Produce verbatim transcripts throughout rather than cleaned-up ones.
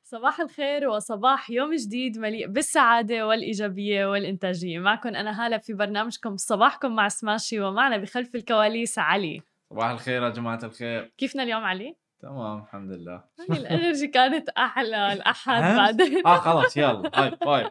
صباح الخير وصباح يوم جديد مليء بالسعادة والإيجابية والإنتاجية. معكم أنا هالة في برنامجكم صباحكم مع سماشي، ومعنا بخلف الكواليس علي. صباح الخير يا جماعة الخير. كيفنا اليوم علي؟ تمام الحمد لله. هاي الانرجي كانت أحلى الأحد ها؟ بعدين. اه خلاص يلا هاي فايف.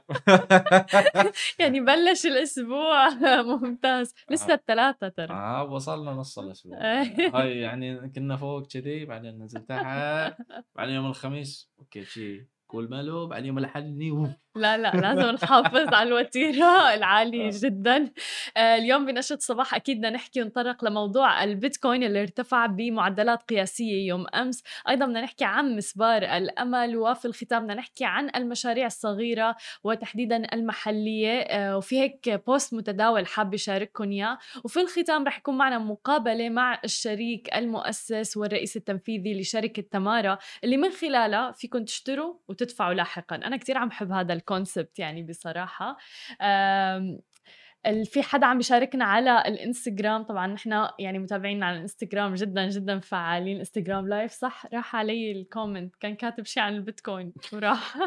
يعني بلش الأسبوع ممتاز، لسه اه الثلاثة ترى. آه، وصلنا نص الاسبوع. هاي يعني كنا فوق كذي بعدين نزل تحت بعدين يوم الخميس اوكي شي كول مالو بعدين يوم الاحد نيو. لا لا لازم نحافظ على الوتيرة العالية آه. جدا. آه، اليوم بنشرة صباح أكيد بدنا نحكي ونطرق لموضوع البيتكوين اللي ارتفع بمعدلات قياسية يوم أمس. أيضا بدنا نحكي عن مسبار الأمل، وفي الختام بدنا نحكي عن المشاريع الصغيرة وتحديدا المحلية. آه، وفي هيك بوست متداول حاب يشارككم إياه. وفي الختام رح يكون معنا مقابلة مع الشريك المؤسس والرئيس التنفيذي لشركة تمارا، اللي من خلالها فيكم تشتروا وتدفعوا لاحقا. أنا كتير عم بحب هذا الكونسبت يعني بصراحة. آمم ال في حدا عم بيشاركنا على الإنستجرام، طبعًا نحن يعني متابعيننا على الإنستجرام جدًا، جدًا فعالين. إنستجرام لايف صح؟ راح علي الكومنت كان كاتب شي عن البيتكوين وراح.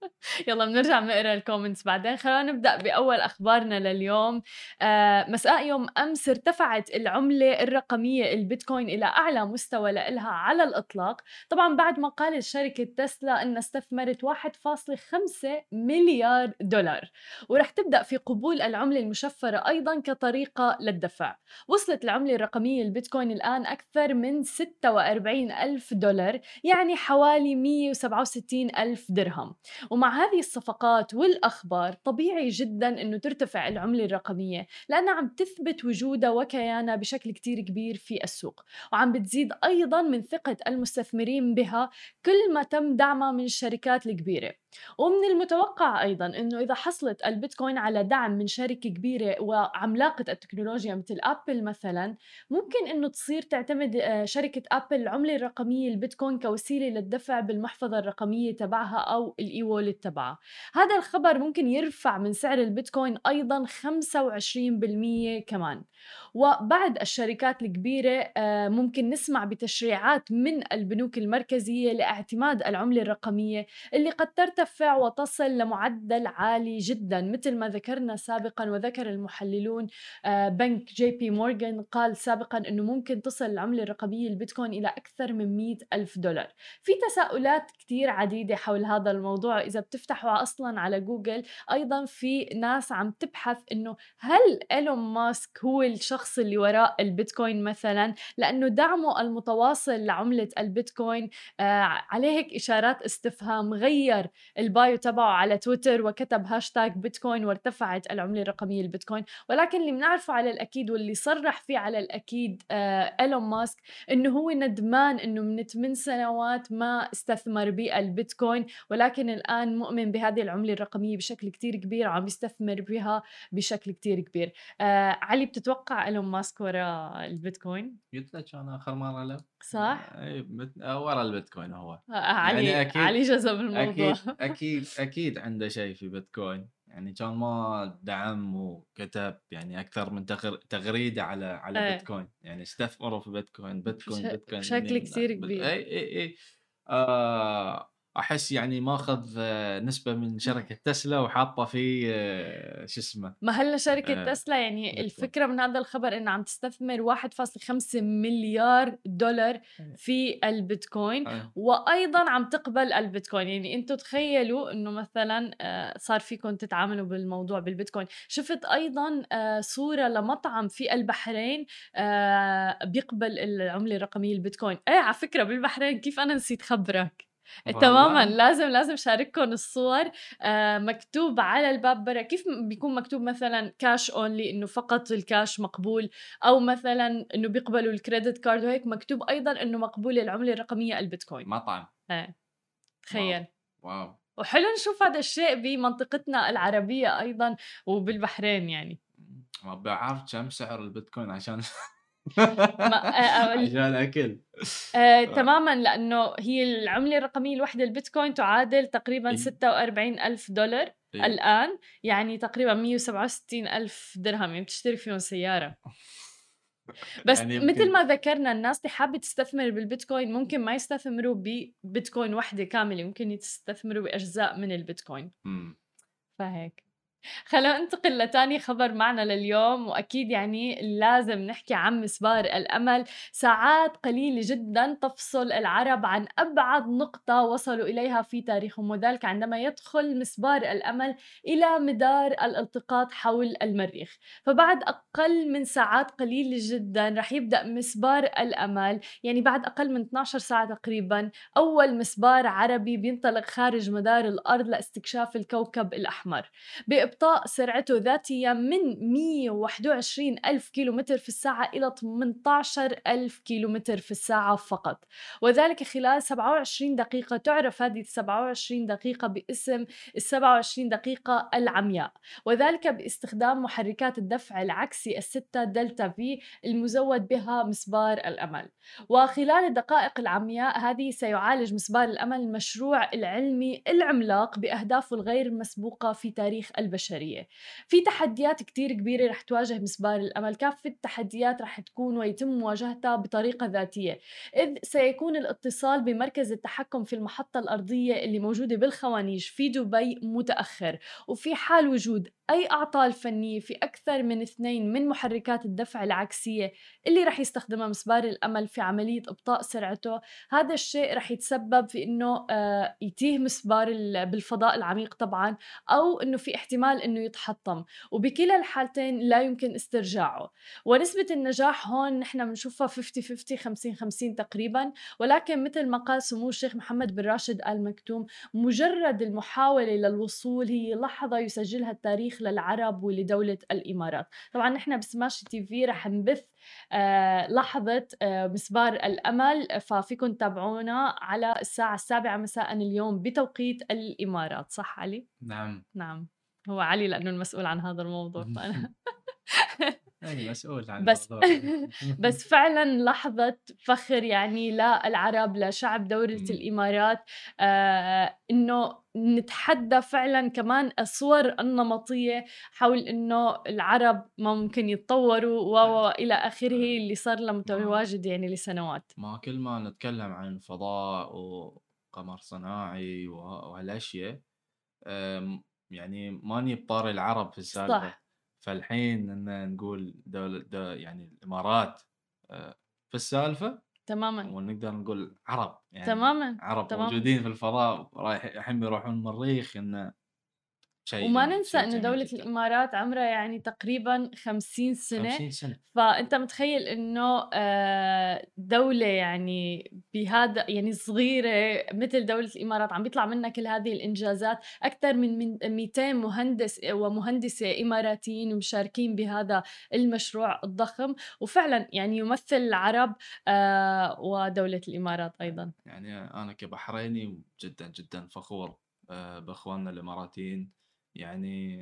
يلا بنرجع بنقرا الكومنتس بعدين. خلونا نبدأ بأول أخبارنا لليوم. آه، مساء يوم أمس ارتفعت العملة الرقمية البيتكوين إلى أعلى مستوى لإلها على الإطلاق، طبعا بعد ما قالت شركة تسلا أنها استثمرت واحد فاصلة خمسة مليار دولار، ورح تبدأ في قبول العملة المشفرة أيضا كطريقة للدفع. وصلت العملة الرقمية البيتكوين الآن أكثر من ستة وأربعين ألف دولار، يعني حوالي مية وسبعة وستين ألف درهم. ومع هذه الصفقات والأخبار طبيعي جدا أنه ترتفع العملة الرقمية، لأنها عم تثبت وجودها وكيانها بشكل كتير كبير في السوق، وعم بتزيد أيضا من ثقة المستثمرين بها كل ما تم دعمها من الشركات الكبيرة. ومن المتوقع أيضا أنه إذا حصلت البيتكوين على دعم من شركة كبيرة وعملاقة التكنولوجيا مثل أبل مثلا، ممكن أنه تصير تعتمد آه، شركة أبل العملة الرقمية البيتكوين كوسيلة للدفع بالمحفظة الرقمية تبعها أو الإي وولت تبعها. هذا الخبر ممكن يرفع من سعر البيتكوين أيضا خمسة وعشرين بالمية كمان. وبعد الشركات الكبيرة آه، ممكن نسمع بتشريعات من البنوك المركزية لاعتماد العملة الرقمية اللي قد ترتفع وتصل لمعدل عالي جدا، مثل ما ذكرنا سابقا وذكر المحللون. آه، بنك جي بي مورغان قال سابقا أنه ممكن تصل العملة الرقمية البيتكوين إلى أكثر من مئة ألف دولار. في تساؤلات كتير عديدة حول هذا الموضوع، إذا بتفتحوا أصلا على جوجل أيضا في ناس عم تبحث أنه هل إيلون ماسك هو الشخص اللي وراء البيتكوين مثلا، لأنه دعمه المتواصل لعملة البيتكوين آه عليه هيك إشارات استفهام. غير البايو تبعه على تويتر وكتب هاشتاج بيتكوين وارتفعت العملة الرقمية البيتكوين. ولكن اللي بنعرفه على الأكيد واللي صرح فيه على الأكيد آه إيلون ماسك إنه هو ندمان إنه من ثمان سنوات ما استثمر بالبيتكوين، ولكن الآن مؤمن بهذه العملة الرقمية بشكل كتير كبير وعم يستثمر بها بشكل كتير كبير. آه علي، بتتوقع إيلون ماسك وراء البيتكوين؟ قلت لك انا اخر مره له. صح؟ اي بت... ورا البيتكوين هو. آه يعني علي اكيد علي جذب الموضوع. اكيد اكيد اكيد عنده شيء في بيتكوين، يعني كان ما دعم وكتب يعني اكثر من تغر... تغريده على على ايه بيتكوين، يعني استثمروا في بيتكوين بش... بيتكوين بيتكوين يعني بشكل من... كتير بال... كبير. اي اي اي آه... احس يعني ماخذ آه، نسبه من شركه تسلا وحاطه في آه، شو اسمه ما هلا شركة آه، تسلا يعني بيتكوين. الفكرة من هذا الخبر إنها عم تستثمر واحد فاصلة خمسة مليار دولار في البيتكوين، أي. وأيضا عم تقبل البيتكوين. يعني أنتوا تخيلوا إنه مثلا آه، صار فيكم تتعاملوا بالموضوع بالبيتكوين. شفت أيضا آه، صورة لمطعم في البحرين آه، بيقبل العملة الرقمية البيتكوين. إيه على فكرة بالبحرين، كيف أنا نسيت خبرك. تماما، والله لازم لازم شارككم الصور. آه مكتوب على الباب برا، كيف بيكون مكتوب مثلا كاش اونلي انه فقط الكاش مقبول، او مثلا انه بيقبلوا الكريدت كارد، وهيك مكتوب ايضا انه مقبول العملة الرقمية البيتكوين. مطعم. ايه واو تخيل. واو. وحلو نشوف هذا الشيء بمنطقتنا العربية ايضا وبالبحرين يعني. ما بعرف كم سعر البيتكوين عشان ما آه آه عشان اكل. آه، تماما، لأنه هي العملة الرقمية الواحدة البيتكوين تعادل تقريبا إيه. ستة وأربعين ألف دولار إيه. الآن، يعني تقريبا مية وسبعة وستين ألف درهم، يعني بتشتري فيهم سيارة. بس يعني مثل يمكن ما ذكرنا الناس اللي حابة تستثمر بالبيتكوين ممكن ما يستثمروا ببيتكوين وحدة كاملة، ممكن يستثمروا بأجزاء من البيتكوين. إمم. فهيك خلينا ننتقل لتاني خبر معنا لليوم، وأكيد يعني لازم نحكي عن مسبار الأمل. ساعات قليلة جدا تفصل العرب عن أبعد نقطة وصلوا إليها في تاريخهم، وذلك عندما يدخل مسبار الأمل إلى مدار الالتقاط حول المريخ. فبعد أقل من ساعات قليلة جدا رح يبدأ مسبار الأمل، يعني بعد أقل من اثنتي عشرة ساعة تقريبا، أول مسبار عربي بينطلق خارج مدار الأرض لاستكشاف الكوكب الأحمر بإبطاء سرعته ذاتيا من مئة وواحد وعشرين ألف كيلومتر في الساعة إلى ثمانية عشر ألف كيلومتر في الساعة فقط، وذلك خلال سبعة وعشرين دقيقة. تعرف هذه سبعة وعشرين دقيقة باسم السبعة وعشرين دقيقة العمياء، وذلك باستخدام محركات الدفع العكسي الستة دلتا في المزود بها مسبار الأمل. وخلال الدقائق العمياء هذه سيعالج مسبار الأمل المشروع العلمي العملاق بأهدافه الغير مسبوقة في تاريخ البشرية. في تحديات كتير كبيرة رح تواجه مسبار الأمل، كافة التحديات رح تكون ويتم مواجهتها بطريقة ذاتية، إذ سيكون الاتصال بمركز التحكم في المحطة الأرضية اللي موجودة بالخوانيج في دبي متأخر، وفي حال وجود أي أعطال فنية في أكثر من اثنين من محركات الدفع العكسية اللي رح يستخدمها مسبار الأمل في عملية إبطاء سرعته، هذا الشيء رح يتسبب في إنه آه يتيه مسبار بالفضاء العميق طبعاً، أو إنه في احتمال إنه يتحطم، وبكلا الحالتين لا يمكن استرجاعه. ونسبة النجاح هون نحن بنشوفها خمسين خمسين خمسين خمسين تقريباً، ولكن مثل ما قال سمو الشيخ محمد بن راشد آل مكتوم، مجرد المحاولة للوصول هي لحظة يسجلها التاريخ للعرب ولدولة الإمارات. طبعاً نحن بسماشي تي في رح نبث آه لحظة آه مسبار الأمل، ففيكن تابعونا على الساعة السابعة مساء اليوم بتوقيت الإمارات. صح علي؟ نعم. نعم، هو علي لأنه المسؤول عن هذا الموضوع فأنا أنا مسؤول عن بس الموضوع. بس فعلا لحظة فخر يعني للعرب، لشعب دولة إمم. الإمارات، آه إنه نتحدى فعلا كمان الصور النمطية حول إنه العرب ما ممكن يتطوروا وإلى آخره اللي صار له ما متواجد يعني لسنوات. ما كل ما نتكلم عن فضاء وقمر صناعي وه وهالأشياء، آمم، يعني ماني بطاري العرب في السالفة. صح فالحين إن نقول دولة د يعني الإمارات آآ في السالفة، تماما ونقدر نقول عرب، يعني تماما عرب تماما. موجودين في الفضاء رايح الحين بيروحون المريخ، إنه شيء وما جميل، ننسى شيء إنه جميل دولة جدًا. الإمارات عمرها يعني تقريباً خمسين سنة، خمسين سنة. فأنت متخيل إنه آه، دولة يعني بهذا يعني صغيرة مثل دولة الإمارات عم بيطلع منها كل هذه الإنجازات. أكثر من من مئتين مهندس ومهندسة إماراتيين مشاركين بهذا المشروع الضخم، وفعلاً يعني يمثل العرب آه، ودولة الإمارات أيضاً. يعني أنا كبحريني جدًا، جدًا فخور آآ بإخواننا الإماراتيين. يعني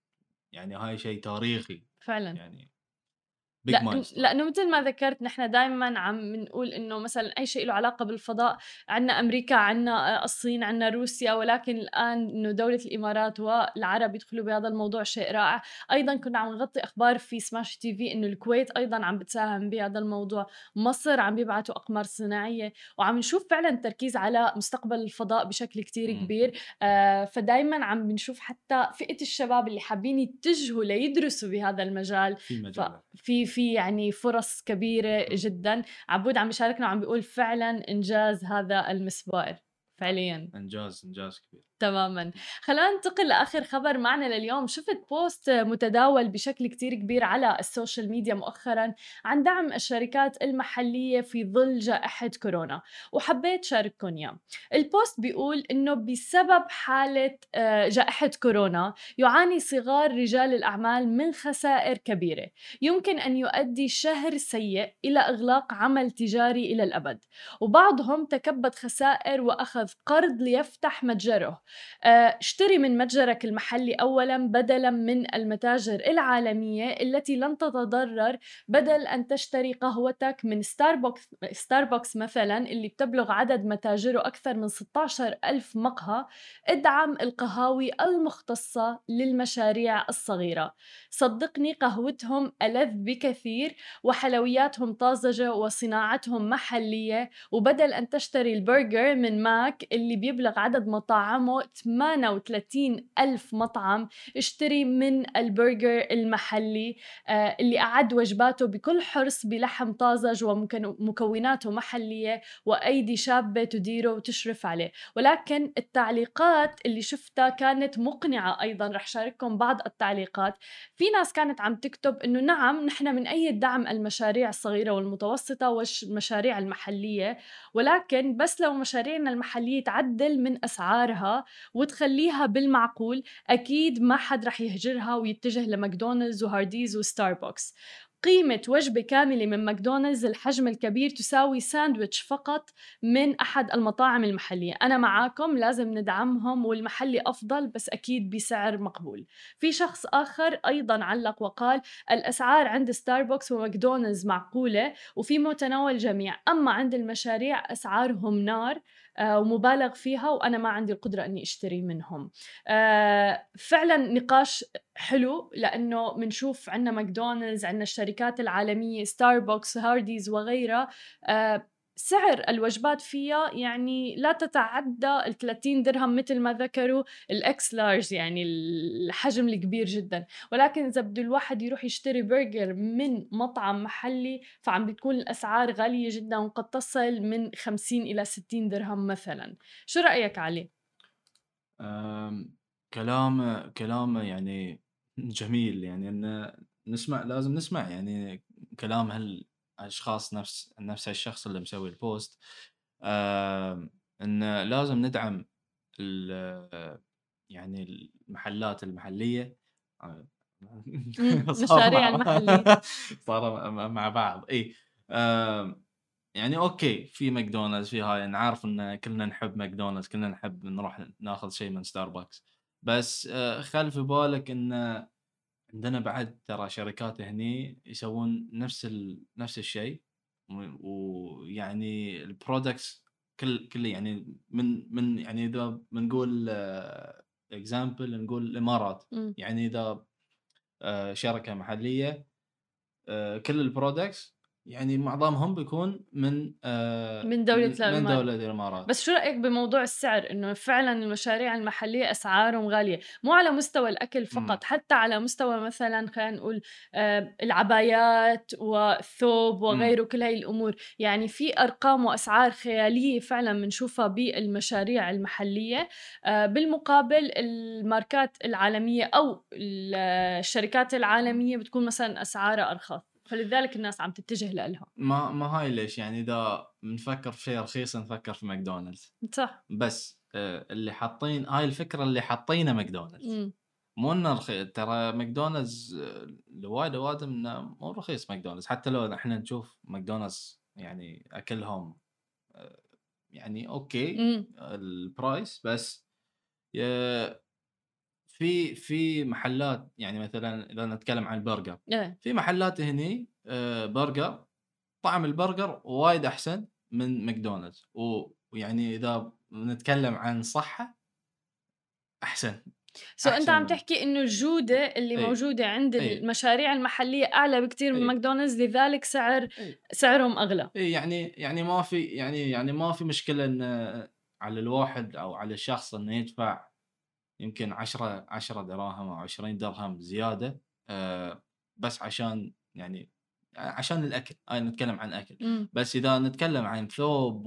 يعني هاي شيء تاريخي، فعلاً. يعني big لأن milestone. لأنه مثل ما ذكرت نحن دايمًا عم بنقول إنه مثلًا أي شيء له علاقة بالفضاء عندنا أمريكا، عندنا الصين، عندنا روسيا، ولكن الآن إنه دولة الإمارات والعرب يدخلوا بهذا الموضوع شيء رائع. أيضًا كنا عم نغطي أخبار في سماش تي في إنه الكويت أيضًا عم بتساهم بهذا الموضوع، مصر عم بيبعتوا أقمار صناعية، وعم نشوف فعلًا تركيز على مستقبل الفضاء بشكل كتير إمم. كبير. آآ فدايمًا عم بنشوف حتى فئة الشباب اللي حابين يتجهوا ليدرسوا بهذا المجال، في مجالات. ففي في يعني فرص كبيرة إمم. جدًا. عبود عم بيشاركنا وعم بيقول فعلًا إنجاز هذا المسبار، فعليًا. إنجاز، إنجاز كبير. تمامًا. إمم. خلّينا ننتقل لآخر خبر معنا لليوم. شُفت بوست متداول بشكل كتير كبير على السوشيال ميديا مؤخرًا عن دعم الشركات المحلية في ظل جائحة كورونا، وحبيت شارككم إياه. البوست بيقول إنه بسبب حالة آآ جائحة كورونا يعاني صغار رجال الأعمال من خسائر كبيرة، يمكن أن يؤدي شهر سيء إلى إغلاق عمل تجاري إلى الأبد، وبعضهم تكبد خسائر وأخذ قرض ليفتح متجره، آه، اشتري من متجرك المحلي أولا بدلا من المتاجر العالمية التي لن تتضرر، بدل أن تشتري قهوتك من ستاربكس ستاربكس مثلا اللي بتبلغ عدد متاجره أكثر من ستة عشر ألف مقهى. ادعم القهاوي المختصة للمشاريع الصغيرة، صدقني قهوتهم ألذ بكثير وحلوياتهم طازجة وصناعتهم محلية. وبدل أن تشتري البرجر من ماك اللي بيبلغ عدد مطاعمه ثمانية وثلاثين ألف مطعم، اشتري من البرجر المحلي آه اللي أعد وجباته بكل حرص بلحم طازج ومكوناته محلية وأيدي شابة تديره وتشرف عليه. ولكن التعليقات اللي شفتها كانت مقنعة أيضا، رح شارككم بعض التعليقات. في ناس كانت عم تكتب إنه نعم نحن من أي دعم المشاريع الصغيرة والمتوسطة والمشاريع المحلية، ولكن بس لو مشاريعنا المحلية تعدل من أسعارها وتخليها بالمعقول أكيد ما حد رح يهجرها ويتجه لماكدونالدز وهارديز وستاربكس. قيمة وجبة كاملة من ماكدونالدز الحجم الكبير تساوي ساندويتش فقط من أحد المطاعم المحلية. أنا معاكم، لازم ندعمهم والمحلي أفضل بس أكيد بسعر مقبول. في شخص آخر أيضا علق وقال الأسعار عند ستاربكس وماكدونالدز معقولة وفي متناول الجميع، أما عند المشاريع أسعارهم نار آه ومبالغ فيها وأنا ما عندي القدرة أني أشتري منهم. آه فعلا نقاش حلو، لأنه منشوف عنا ماكدونالدز، عنا الشركات العالمية ستاربكس هارديز وغيرها، آه سعر الوجبات فيها يعني لا تتعدى ال ثلاثين درهم مثل ما ذكروا الإكس لارج، يعني الحجم الكبير جدا. ولكن إذا بده الواحد يروح يشتري برجر من مطعم محلي فعم بتكون الأسعار غالية جدا وقد تصل من خمسين إلى ستين درهم مثلا. شو رأيك علي؟ كلام كلام يعني جميل، يعني إن نسمع، لازم نسمع يعني كلام هالأشخاص، نفس نفس الشخص اللي مسوي البوست، إن لازم ندعم يعني المحلات المحلية. صار مشاريع مع المحلية صار مع بعض اي. يعني اوكي، في ماكدونالدز، في هاي نعرف ان كلنا نحب ماكدونالدز، كلنا نحب نروح ناخذ شيء من ستاربكس، بس خل في بالك ان عندنا بعد ترى شركات هني يسوون نفس ال... نفس الشيء، ويعني البرودكتس كل كل يعني من من يعني اذا بنقول اكزامبل نقول الامارات، م. يعني اذا شركه محليه كل البرودكتس يعني معظمهم بيكون من آه من دولة من, من الإمارات. دولة الإمارات. بس شو رأيك بموضوع السعر، إنه فعلا المشاريع المحلية أسعارهم غالية، مو على مستوى الأكل فقط، م. حتى على مستوى مثلا خلينا نقول آه العبايات والثوب وغيره، كل هاي الأمور. يعني في أرقام وأسعار خيالية فعلا بنشوفها بالمشاريع المحلية. آه بالمقابل الماركات العالمية أو الشركات العالمية بتكون مثلا أسعارها أرخص، فلذلك الناس عم تتجه لها. ما ما هاي ليش يعني اذا بنفكر في شيء رخيص نفكر في ماكدونالدز صح. بس. آه اللي حاطين هاي الفكره اللي حاطينه ماكدونالدز، م. مو انه رخيص. ترى ماكدونالدز لوايد وايد انه مو رخيص ماكدونالدز، حتى لو احنا نشوف ماكدونالدز يعني اكلهم آه يعني اوكي م. البرايس، بس آه في في محلات يعني مثلا اذا نتكلم عن البرجر، إيه. في محلات هني آه برجر طعم البرجر وايد احسن من ماكدونالدز، ويعني اذا نتكلم عن صحة احسن. سو انت احسن عم من تحكي انه الجودة اللي اي موجودة عند اي المشاريع المحلية اعلى بكتير من اي ماكدونالدز، لذلك سعر اي سعرهم اغلى. اي يعني يعني ما في يعني يعني ما في مشكلة ان على الواحد او على الشخص انه يدفع يمكن عشرة عشرة دراهم او عشرين درهم زيادة آه بس عشان يعني عشان الاكل. هاي نتكلم عن اكل. مم. بس اذا نتكلم عن ثوب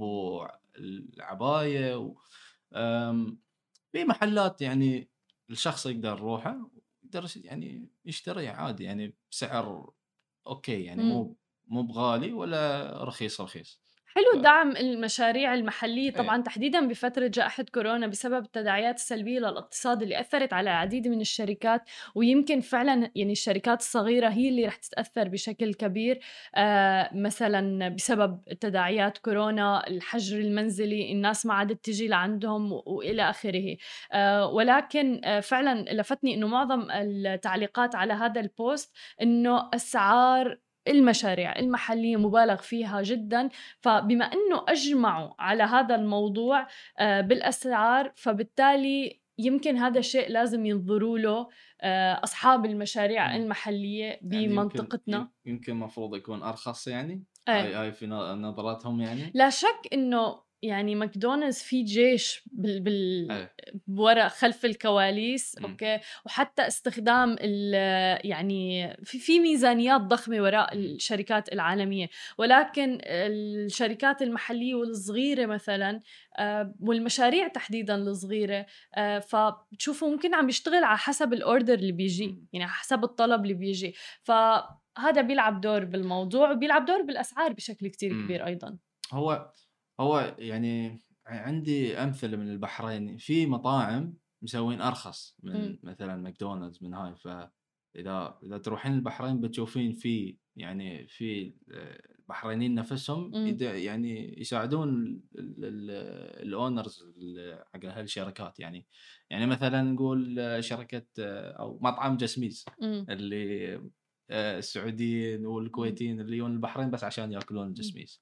والعباية و آم، في محلات يعني الشخص يقدر يروحه يقدر يعني يشتري عادي يعني بسعر اوكي، يعني مم. مو مو بغالي ولا رخيص رخيص. حلو ف دعم المشاريع المحلية إيه. طبعًا تحديدًا بفترة جائحة كورونا بسبب التداعيات السلبية للاقتصاد اللي أثّرت على العديد من الشركات، ويمكن فعلًا يعني الشركات الصغيرة هي اللي رح تتأثّر بشكل كبير آآ مثلًا بسبب تداعيات كورونا، الحجر المنزلي، الناس ما عادت تيجي لعندهم و وإلى آخره. آآ ولكن آآ فعلًا لفتني إنه معظم التعليقات على هذا الpost إنه أسعار المشاريع المحلية مُبالغ فيها جدًا، فبما إنه أجمعوا على هذا الموضوع آآ بالأسعار، فبالتالي يمكن هذا الشيء لازم ينظروا له آآ أصحاب المشاريع إمم. المحلية يعني يمكن بمنطقتنا. يم يمكن المفروض يكون أرخص يعني؟ إيه. هاي هاي في ن نظرتهم يعني؟ لا شك إنه يعني ماكدونالدز في جيش بال بال إيه. ورا خلف الكواليس، إمم. أوكي، وحتى استخدام ال يعني في في ميزانيات ضخمة وراء إمم. الشركات العالمية، ولكن الشركات المحلية والصغيرة مثلًا آآ، والمشاريع تحديدًا الصغيرة آآ، فبتشوفوا ممكن عم بيشتغل على حسب الorder اللي بييجي، إمم. يعني على حسب الطلب اللي بييجي، فهذا بيلعب دور بالموضوع وبيلعب دور بالأسعار بشكل كتير إمم. كبير أيضًا. هو هو يعني ع عندي أمثلة من البحرين، في مطاعم مسوين أرخص إمم. من مثلًا ماكدونالدز من هاي، فإذا إذا تروحين البحرين بتشوفين في يعني في آآ البحرينيين نفسهم إمم. يد يعني يساعدون ال ال الowners ال حق هالشركات يعني، يعني مثلًا نقول آه، شركة آه، أو مطعم جسميس إمم. اللي آآ السعوديين إمم. والكويتيين اللي يجون البحرين بس عشان ياكلون إمم. الجسميس.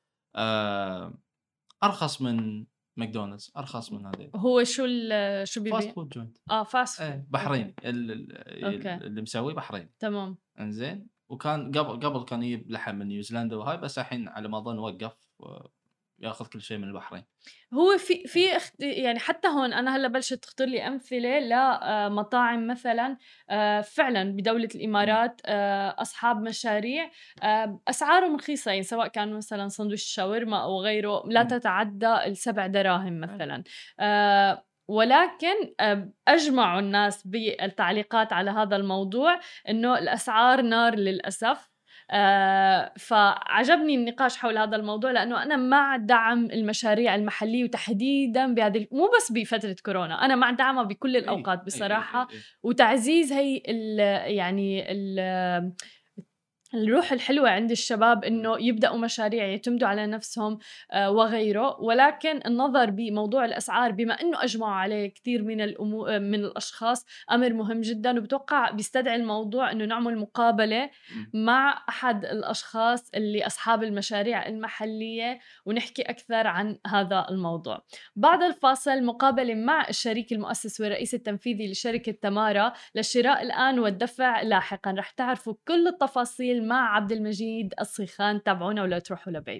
آآ أرخص من ماكدونالدز، أرخص إمم. من هذيل. هو شو ال شو fast بيبيع؟ food joint. آه fast food. إيه أوكي. بحريني ال ال أوكي. اللي مسويه بحريني، تمام. إنزين، وكان قبل قبل كان يجيب لحم من نيوزيلندا وهاي، بس الحين على ما أظن وقّف وياخذ كل شيء من البحرين. هو في في اخت يعني حتى هون أنا هلّأ بلشت تخطر لي أمثلة ل آآ مطاعم مثلًا آآ فعلًا بدولة إمم. الإمارات آآ أصحاب مشاريع آآ أسعارهم رخيصة، يعني سواء كان مثلًا ساندويش شاورما أو غيره لا إمم. تتعدى السبع دراهم إيه. مثلًا. آآ ولكن آآ أجمعوا الناس بالتعليقات على هذا الموضوع إنه الأسعار نار للأسف. آآ فعجبني النقاش حول هذا الموضوع لأنه أنا مع دعم المشاريع المحلية وتحديدًا بهذه ال مو بس بفترة كورونا، أنا مع دعمها بكل إي، الأوقات إي، إي، إي، بصراحة، إي. وتعزيز هي ال يعني ال الروح الحلوة عند الشباب إمم. إنه يبدأوا مشاريع يعتمدوا على نفسهم آآ وغيره، ولكن النظر بموضوع الأسعار بما إنه أجمعوا عليه كتير من الأمو آه، من الأشخاص أمر مهم جدًا، وباتوقع بيستدعي الموضوع إنه نعمل مقابلة إمم. مع أحد الأشخاص اللي أصحاب المشاريع المحلية ونحكي أكثر عن هذا الموضوع. بعد الفاصل مقابلة مع الشريك المؤسس والرئيس التنفيذي لشركة تمارا للشراء الآن والدفع لاحقًا، رح تعرفوا كل التفاصيل مع عبد المجيد الصيخان، تابعونا ولا تروحوا لبعيد.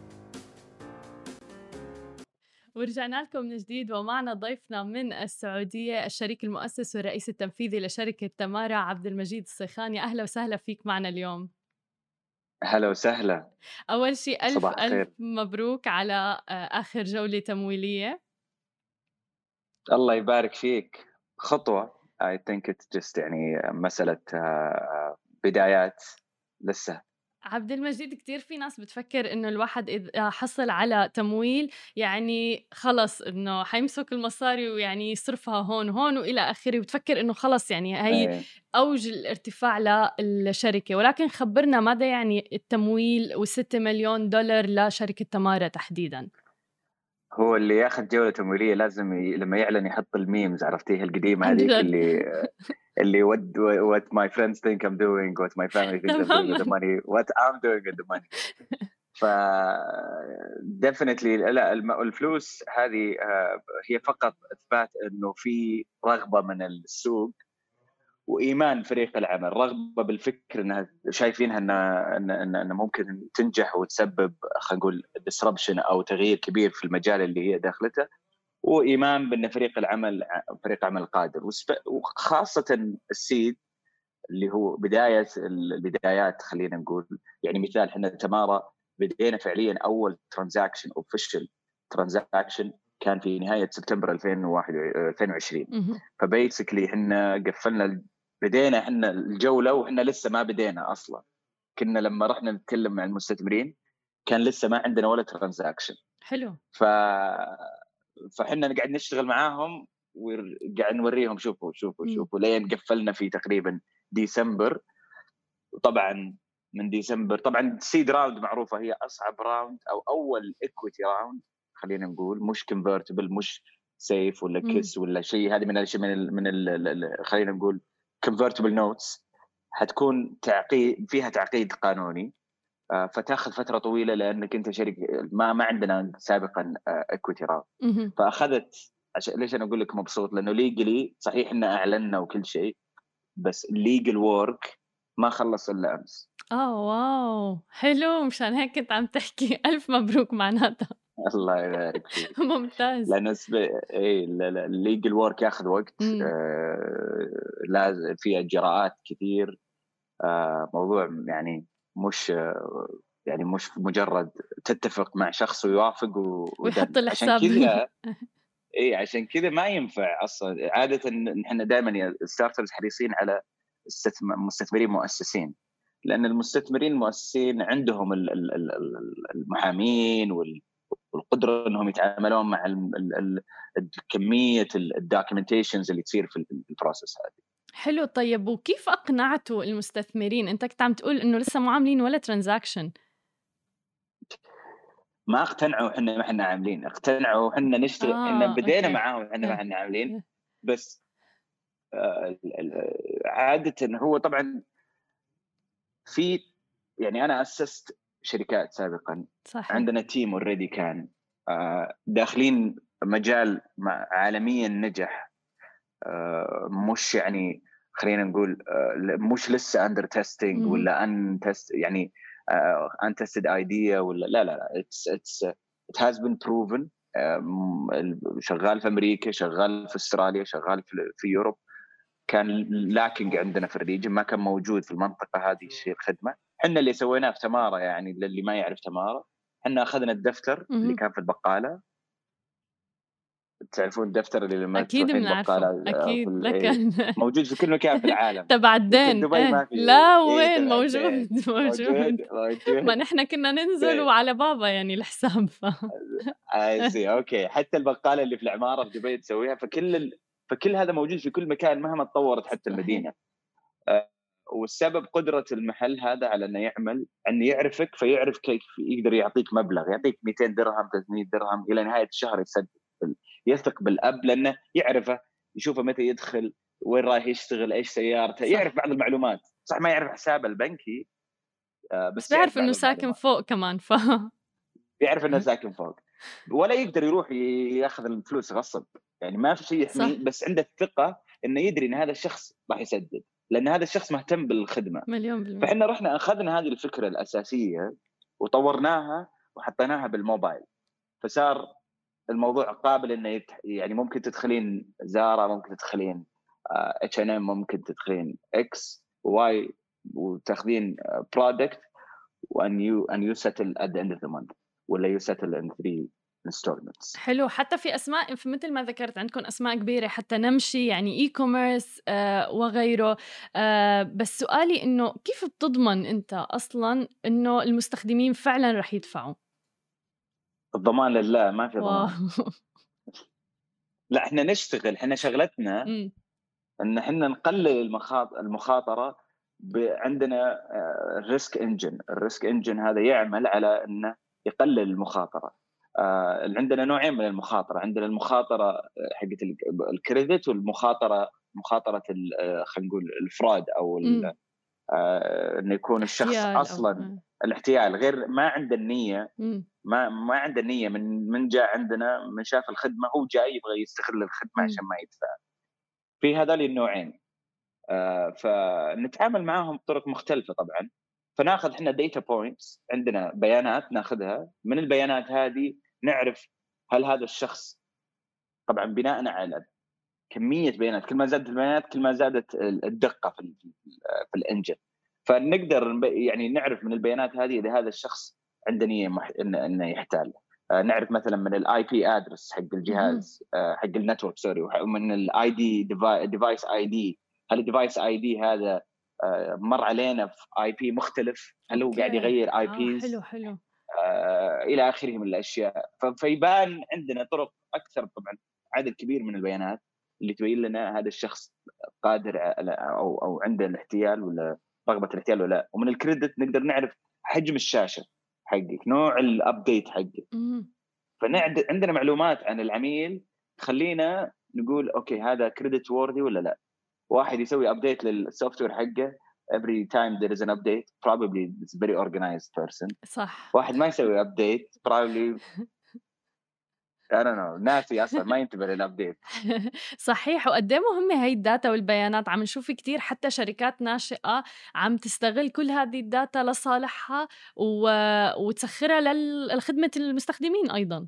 ورجعنا لكم من جديد ومعنا ضيفنا من السعودية الشريك المؤسس والرئيس التنفيذي لشركة تمارا عبد المجيد الصيخان، يا أهلا وسهلا فيك معنا اليوم. هلا وسهلا. أول شي ألف صباح ألف الخير. مبروك على آه، آخر جولة تمويلية. الله يبارك فيك. خطوة I think it's just يعني مسألة آه، بدايات لسه. عبد المجيد كتير في ناس بتفكر إنه الواحد إذا حصل على تمويل يعني خلص إنه حيمسك المصاري ويعني يصرفها هون هون وإلى آخره، وبتفكر إنه خلص يعني هي إيه. أوج الارتفاع للشركة، ولكن خبرنا ماذا يعني التمويل والستة مليون دولار لشركة تمارا تحديداً؟ هو اللي ياخذ جولة تمويلية لازم ي... لما يعلن يحط الميمز، عرفتيه القديمة عن هذيك جد. اللي اللي what, what my friends think I'm doing, what my family thinks I'm doing with the تماماً. money, what I'm doing with the money. ف definitely لا الم- الفلوس هذه آه، هي فقط إثبات إنه في رغبة من السوق وايمان فريق العمل، رغبه بالفكر انها شايفينها انها ان ان إن ممكن تنجح وتسبب خلينا نقول ديسربشن او تغيير كبير في المجال اللي هي داخلته، وايمان بان فريق العمل فريق عمل قادر، وخاصه السيد اللي هو بدايه البدايات. خلينا نقول يعني مثال، احنا تمارا بدينا فعليا اول ترانزاكشن اوفيشال ترانزاكشن كان في نهايه سبتمبر ألفين وواحد ألفين وعشرين. مهم. فبيسكلي احنا قفلنا، بدينا احنا الجوله واحنا لسه ما بدينا اصلا. كنا لما رحنا نتكلم مع المستثمرين كان لسه ما عندنا ولا ترانزاكشن. حلو. ف فحنا قاعد نشتغل معاهم وقاعد نوريهم شوفوا شوفوا إمم. شوفوا لين قفلنا في تقريبا ديسمبر. وطبعا من ديسمبر طبعا السيد راوند معروفه هي اصعب راوند او اول ايكويتي راوند، خلينا نقول مش كونفرتبل مش سيف ولا إمم. كيس ولا شيء. هذه من الاشياء من ال من ال خلينا نقول كونفرتبل نوتس، حتكون تعقيد فيها تعقيد قانوني. آه، فتاخذ فتره طويله لانك انت شركه ما ما عندنا سابقا ايكويتي راوند. اهم. فاخذت عشان ليش انا اقول لك مبسوط، لانه ليجلي صحيح ان اعلنا وكل شيء، بس الليجل وورك ما خلص الا امس. آه واو! حلو، مشان هيك كنت عم تحكي ألف مبروك معناتها. الله يبارك فيك. ممتاز. لانه سب... اي الليجل وورك ياخذ وقت. إمم. آه لازم فيها اجراءات كثير. آه موضوع يعني مش آه يعني مش مجرد تتفق مع شخص ويوافق و... ويحط ودن. عشان الحساب. كذا اي عشان كذا ما ينفع اصلا. عاده نحن دائما يا ستارت ابس حريصين على استثم- مستثمرين مؤسسين، لان المستثمرين المؤسسين عندهم ال- ال- ال- ال- المحامين وال- والقدره انهم يتعاملون مع ال- ال- ال- كميه الدوكيومنتيشنز اللي تصير في ال- البروسيس هذه. حلو. طيب وكيف أقنعتوا المستثمرين؟ أنت كنت عم تقول إنه لسه مو عاملين ولا transaction. ما اقتنعوا احنا ما احنا عاملين، اقتنعوا احنا نشتغل. احنا آه، بدينا أوكي. معاهم احنا ما إيه. احنا عاملين. إيه. بس آه، ال- ال- عاده هو طبعا في يعني انا اسست شركات سابقا، صحيح. عندنا تيم اوريدي كان آه، داخلين مجال مع- عالميا نجح. آه، مش يعني خلينا نقول آه، مش لسه اندر تيستينج اهم. ولا ان تيست يعني ان تيستد ايديا ولا لا لا لا اتس اتس ات هاز بين بروفن. شغال في امريكا، شغال في استراليا، شغال في في يوروب. كان لاكينج عندنا في الريجن، ما كان موجود في المنطقه هذه شيء الخدمه. احنا اللي سويناه في تمارا، يعني اللي ما يعرف تمارا، احنا اخذنا الدفتر اللي اهم. كان في البقاله. تعرفون الدفتر اللي لما أكيد تروحين بنعرفه، بقاله آه، في أكيد، ال- إيه، لكن موجود في كل مكان في العالم. تبع يمكن الدين. دبي إيه، ما في. لا إيه وين تبع الدين. موجود. موجود موجود. ما موجود. نحن كنا ننزل طيب وعلى بابا يعني الحساب. ف آسي اوكي. حتى البقاله اللي في العماره في دبي تسويها. فكل ال... فكل هذا موجود في كل مكان مهما تطورت حتى صحيح. المدينه. آه، والسبب قدرة المحل هذا على انه يعمل، انه يعرفك فيعرف كيف يقدر يعطيك مبلغ، يعطيك مئتين درهم ثلاثمئة درهم الى نهايه الشهر يسدد. يثق بالاب لانه يعرفه، يشوفه متى يدخل، وين رايح يشتغل، ايش سيارته، يعرف صح. بعض المعلومات. صح ما يعرف حسابه البنكي آه، بس بس يعرف بيعرف بعض إنه ساكن المعلومات. فوق كمان. ف يعرف انه ساكن فوق، ولا يقدر يروح ياخذ الفلوس غصب. يعني ما في شيء يحميه، صح. بس عنده الثقه انه يدري ان هذا الشخص راح يسدد، لان هذا الشخص مهتم بالخدمه. مليون بالمية. فاحنا رحنا اخذنا هذه الفكره الاساسيه وطورناها وحطيناها بالموبايل. فصار الموضوع قابل انه يت... يعني ممكن تدخلين زارا، ممكن تدخلين اتش ان ام، ممكن تدخلين اكس واي وتاخذين برودكت وان يو ان يو سيتل ات ذا اند اوف ذا مانث، ولا يو سيتل ان ثلاثة انستولمنتس. حلو. حتى في أسماء مثل ما ذكرت عندكم أسماء كبيرة، حتى نمشي يعني إي كوميرس آه وغيره. آه بس سؤالي إنه كيف بتضمن أنت أصلاً إنه المستخدمين فعلاً رح يدفعوا؟ الضمان لله، ما في واو. ضمان. لا احنا نشتغل، احنا شغلتنا إمم. ان احنا نقلل المخاطر المخاطره. عندنا الريسك انجن، الريسك انجن هذا يعمل على انه يقلل المخاطره. آه، عندنا نوعين من المخاطره، عندنا المخاطره حقت الكريدت، والمخاطره مخاطره ال- آه، خلينا نقول الفراد او ال- إمم. آه، انه يكون الشخص احتيال أو اصلا آه. الاحتيال غير ما عنده النيه. إمم. ما ما عنده النيه من من جاء عندنا، من شاف الخدمه هو جاي يبغى يستغل الخدمه إمم. عشان ما يدفع. في هذول النوعين. آه، فنتعامل معاهم بطرق مختلفه طبعا. فناخذ احنا داتا بوينتس، عندنا بيانات ناخذها. من البيانات هذه نعرف هل هذا الشخص، طبعا بناء على كميه بيانات، كل ما زادت البيانات كل ما زادت الدقه في ال في الانجن. فنقدر يعني نعرف من البيانات هذه اذا هذا الشخص عنده نيه مح... انه إنه يحتال. آه، نعرف مثلا من الاي بي ادرس حق اهم. الجهاز، آه، حق النتورك سوري، ومن الاي دي ديفايس اي دي. هل الديفايس اي دي هذا آه، مر علينا في اي بي مختلف؟ هل هو قاعد أوكي. يغير اي آه حلو بيز؟ حلو. آه، الى اخره من الاشياء. ف- فيبان عندنا طرق اكثر، طبعا عدد كبير من البيانات اللي تبين لنا هذا الشخص قادر على او او عنده الاحتيال ولا رغبه الاحتيال ولا لا. ومن الكريدت نقدر نعرف حجم الشاشه حقك، نوع الابديت حقك. مهم. فعندنا معلومات عن العميل خلينا نقول اوكي هذا كريدت ووردي ولا لا. واحد يسوي ابديت للسوفت وير حقه every time there is an update probably it's a very organized person. صح. واحد ما يسوي ابديت probably I don't know ناسي اصلا ما ينتبه للابديت. صحيح. وقد ايه مهمه هي الداتا والبيانات. عم نشوف كتير حتى شركات ناشئه عم تستغل كل هذه الداتا لصالحها و... وتسخرها لخدمه المستخدمين ايضا.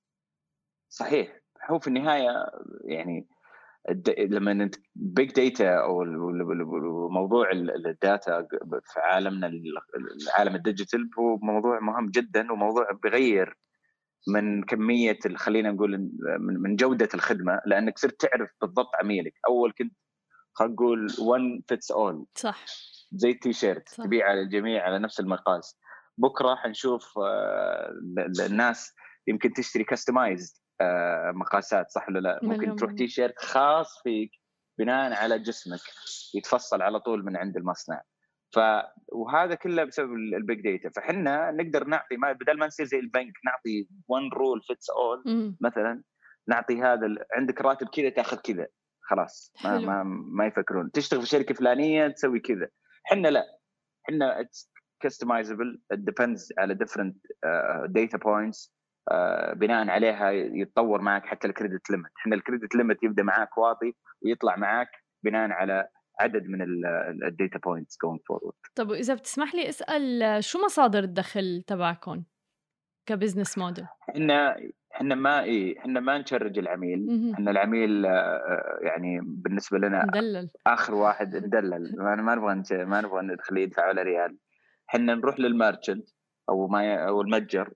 صحيح. هو في النهايه يعني الد... لما انت بيج داتا او ال- ال- ال- موضوع ال- الداتا في عالمنا ال- العالم الديجيتال هو موضوع مهم جدا، وموضوع بيغير من كميه ال- خلينا نقول من من جوده الخدمه، لانك صرت تعرف بالضبط عميلك. اول كنت خلينا نقول one fits all صح زي التيشيرت صح. تبيع على الجميع على نفس المقاس. بكره حنشوف آه، ال- الناس يمكن تشتري كاستمايزد مقاسات، صح ولا لا؟ ممكن مليون تروح بالمية. تيشيرت خاص فيك بناء على جسمك يتفصل على طول من عند المصنع. ف وهذا كله بسبب البيج داتا. فحنا نقدر نعطي، ما بدل ما نصير زي البنك نعطي one rule fits all مم. مثلا، نعطي هذا ال... عندك راتب كذا تاخذ كذا خلاص، ما حلو. ما ما يفكرون تشتغل في شركه فلانيه تسوي كذا. حنا لا، حنا it's customizable it depends على different uh, data points uh, بناء عليها يتطور معك حتى الكريدت ليمت. حنا الكريدت ليمت يبدا معك واطي ويطلع معك بناء على عدد من الداتا بوينتس going forward. طب وإذا بتسمح لي أسأل شو مصادر الدخل تبعكم كبزنس موديل؟ احنا احنا ما ايه احنا ما نشرج العميل. مهم. احنا العميل آه، يعني بالنسبه لنا مدلل. اخر واحد ندلل. ما ما نبغى نش- ما نبغى ندخل يدفع ولا ريال. احنا نروح للمارشنت او ما ي- او المتجر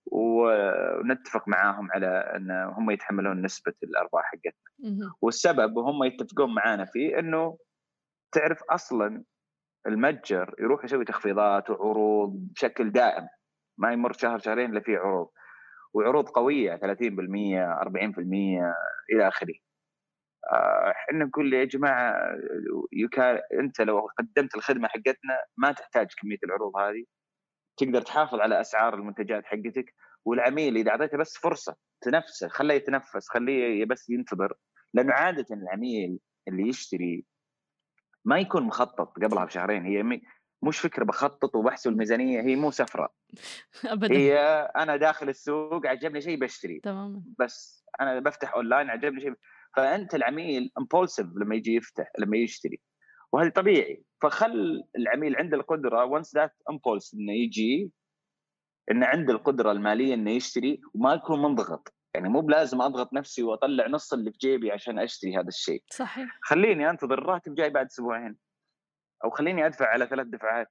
ونتفق معاهم على ان هم يتحملون نسبه الارباح حقتنا. مهم. والسبب وهم يتفقون معانا فيه انه تعرف اصلا المتجر يروح يسوي تخفيضات وعروض بشكل دائم، ما يمر شهر شهرين الا فيه عروض، وعروض قويه ثلاثين بالمية أربعين بالمية الى اخره. احنا نقول يا جماعه يكا انت لو قدمت الخدمه حقتنا ما تحتاج كميه العروض هذه، تقدر تحافظ على اسعار المنتجات حقتك. والعميل اذا اعطيته بس فرصه تنفسه، خليه يتنفس، خليه بس ينتظر. لانه عاده العميل اللي يشتري ما يكون مخطط قبلها بشهرين. هي مي مش فكره بخطط وبحسب الميزانيه، هي مو سفره. أبدا. هي انا داخل السوق عجبني شيء بشتري، تماما. بس انا بفتح اونلاين عجبني شيء. فانت العميل امبولسيف لما يجي يفتح لما يشتري، وهذا طبيعي. فخل العميل عنده القدره وانس ذات امبولس انه يجي، انه عنده القدره الماليه انه يشتري وما يكون منضغط. يعني مو بلازم اضغط نفسي واطلع نص اللي في جيبي عشان اشتري هذا الشيء. صحيح. خليني انتظر الراتب جاي بعد اسبوعين، او خليني ادفع على ثلاث دفعات.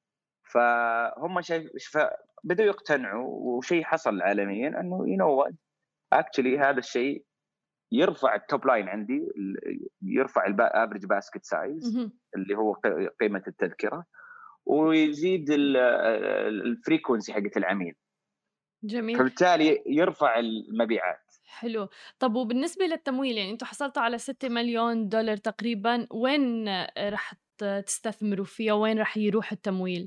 فهم شايف بدأوا يقتنعوا، وشيء حصل عالميا انه يو نو وات اكشلي هذا الشيء يرفع التوب لاين عندي، ال- يرفع الافريج باسكت سايز مهم. اللي هو ق- قيمه التذكره، ويزيد الفريكونسي حقت العميل، جميل. فبالتالي يرفع المبيعات. حلو. طب وبالنسبة للتمويل، يعني انتوا حصلتوا على ستة مليون دولار تقريبا، وين رح ت- تستثمروا فيها؟ وين رح يروح التمويل؟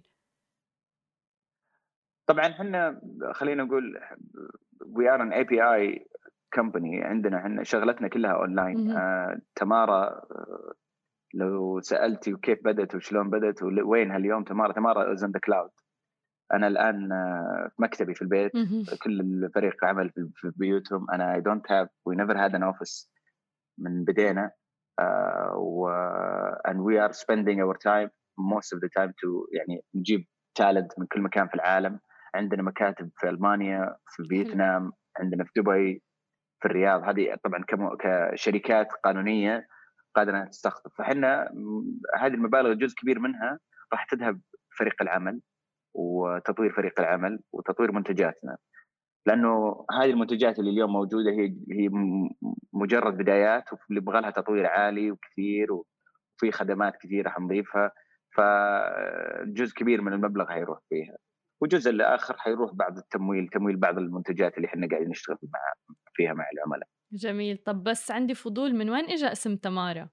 طبعا احنا خلينا نقول وي ار ان اي بي اي كمباني، عندنا احنا شغلتنا كلها اونلاين. مهم. آه، تمارا آه، لو سالتي كيف بدات وشلون بدات وين هاليوم، تمارا تمارا از ان ذا كلاود. انا الان آه، في مكتبي في البيت، مهم. كل الفريق عمل في في بيوتهم. انا اي دونت هاف وي نيفر هاد ان اوفيس من بدينا. uh, و and we are spending our time most of the time to يعني نجيب تالنت من كل مكان في العالم. عندنا مكاتب في المانيا، في حلو. فيتنام، عندنا في دبي، في الرياض. هذه طبعا كم- كشركات قانونيه قادره انها تستقطب. فاحنا م- هذه المبالغ جزء كبير منها راح تذهب فريق العمل وتطوير فريق العمل وتطوير منتجاتنا، لانه هذه المنتجات اللي اليوم موجوده هي هي م- مجرد بدايات، واللي يبغى لها تطوير عالي وكثير، وفي خدمات كثيره حنضيفها. فجزء كبير من المبلغ هيروح فيها. وجزء الآخر حيروح بعض التمويل تمويل بعض المنتجات اللي إحنا قاعدين نشتغل مع فيها مع العملاء. جميل. طب بس عندي فضول، من وين إجا اسم تمارا؟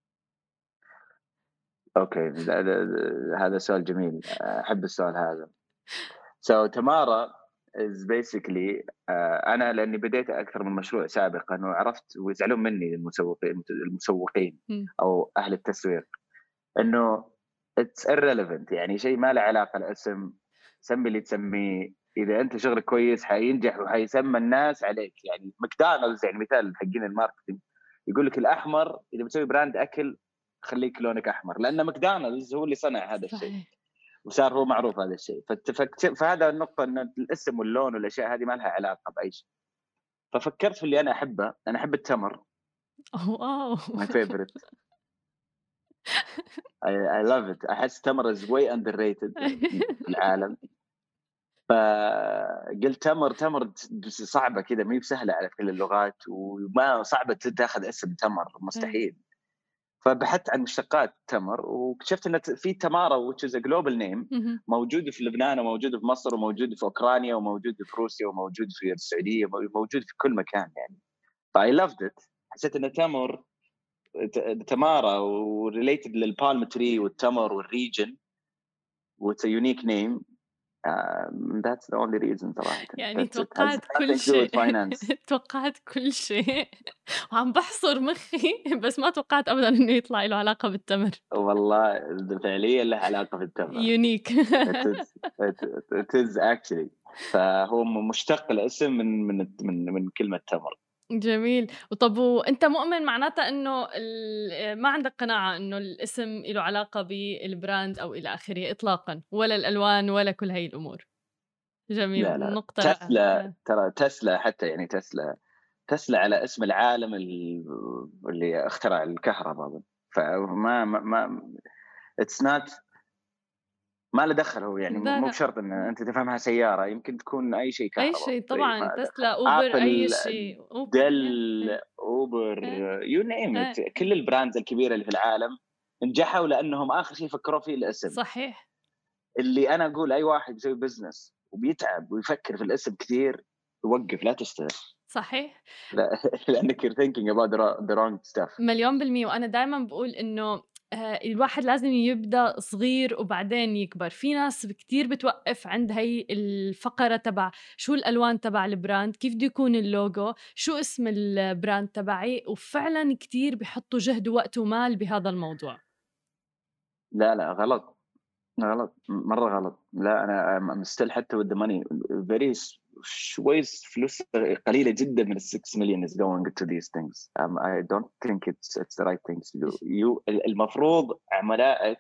أوكي، ده ده ده هذا سؤال جميل، أحب السؤال هذا. So تمارا is basically آه، أنا لأني بديت أكثر من مشروع سابقا وعرفت ويزعلون مني المسوقين المسوقين إمم. أو أهل التسويق إنه it's irrelevant، يعني شيء ما له علاقة الاسم، سمي اللي تسميه، إذا أنت شغلك كويس حينجح وحيسمى الناس عليك. يعني ماكدونالدز يعني مثال حقين الماركتينج يقول لك الأحمر إذا بتسوي براند أكل خليك لونك أحمر، لأن ماكدونالدز هو اللي صنع هذا الشيء صحيح. وصار هو معروف هذا الشيء. فت- فت- فهذا النقطة أن الاسم واللون والأشياء هذه ما لها علاقة بأي شيء. ففكرت في اللي أنا أحبه، أنا أحب التمر، واو! my favorite. I, I love it. أحس تمر is way underrated في العالم. فقلت تمر تمر بس صعبة كذا، ما هي بسهلة على كل اللغات وما صعبة تاخذ اسم تمر، مستحيل. فبحثت عن مشتقات تمر واكتشفت ان في تمارا which is a global name اهم. موجود في لبنان وموجود في مصر وموجود في اوكرانيا وموجود في روسيا وموجود في السعوديه وموجود في كل مكان يعني. فاي لافد ات، حسيت ان تمر ت- تمارا وريليتد للبالم تري والتمر والريجن واتس يونيك نيم. that's the only reason صراحه. يعني That's it. Has توقعت nothing كل to do with شيء. finance. توقعت كل شيء وعم بحصر مخي، بس ما توقعت أبدًا إنه يطلع له علاقة بالتمر. والله فعليا له علاقه بالتمر. يونيك. it is it, it is actually. فهو مشتق الاسم من من من من كلمه تمر. جميل. وطب وأنت مؤمن معناتها إنه ال ما عندك قناعة إنه الاسم له علاقة بالبراند أو إلى آخره إطلاقًا، ولا الألوان ولا كل هاي الأمور؟ جميل، لا لا نقطة رائعة. تسلا، آه. ترى تسلا حتى يعني تسلا تسلا على اسم العالم ال- اللي اخترع الكهرباء. فما ما, ما اتس نوت، ما له دخل هو يعني، لا، مو لأ. بشرط ان انت تفهمها سياره، يمكن تكون اي شيء أي كهرباء شيء طيب طبعًا، ما دخل. تسلا، أوبر، أي ابل، شيء، أوبر، ديل، إيه، اوبر، إيه، يو نيم ات، إيه، كل البراندز الكبيره اللي في العالم نجحوا لانهم اخر شيء فكروا فيه الاسم. صحيح. اللي انا اقول اي واحد يسوي بزنس وبيتعب ويفكر في الاسم كثير يوقف، لا تشتغل. صحيح. لا لانك you're thinking about the wrong- the wrong stuff. مليون بالمية. وأنا دايمًا باقول إنه آآ الواحد لازم يبدأ صغير وبعدين يكبر. في ناس كتير بتوقّف عند هي الفقرة تبع شو الألوان تبع البراند، كيف بده يكون اللوجو، شو اسم البراند تبعي، وفعلًا كتير بيحطّوا جهد ووقت ومال بهذا الموضوع. لا لا غلط، غلط، مره غلط. لا انا I'm still حتى with the money very s- شوي فلوس قليله جدا من ال six million is going to these things. um, I don't think it's it's the right thing to do. you المفروض عملائك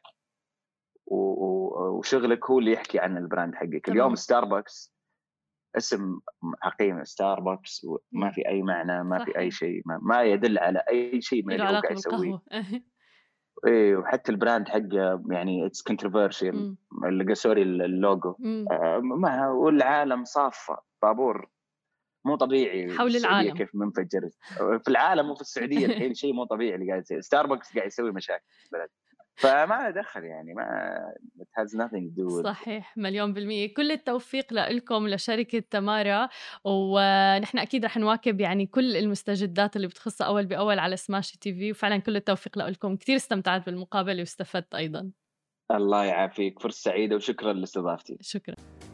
و- و- وشغلك هو اللي يحكي عن البراند حقك. اليوم تمام. ستاربكس اسم حقيقي، ستاربكس ما إمم. في اي معنى، ما في اي صحيح. شيء، ما, ما يدل على اي شيء من له اللي هو علاقة قاعد يسويه. بالقهوة. ايه، وحتى البراند حقه يعني اتس كونتروفيرشال، إمم. اللي سوري اللوجو إمم. آه، ما والعالم صافه طابور مو طبيعي. حول السعوديه العالم. كيف منفجر في العالم وفي السعوديه الحين شيء مو طبيعي اللي قاعد يصير. ستاربكس قاعد يسوي مشاكل في البلد، فما له دخل يعني، ما it has nothing to do with. صحيح، مليون بالمية. كل التوفيق لإلكم ولشركة تمارا، ونحن أكيد رح نواكب يعني كل المستجدات اللي بتخصها أول بأول على سماشي تي في، وفعلا كل التوفيق لإلكم. كتير استمتعت بالمقابلة واستفدت أيضا. الله يعافيك، فرصه سعيده وشكرا لاستضافتي. شكرا.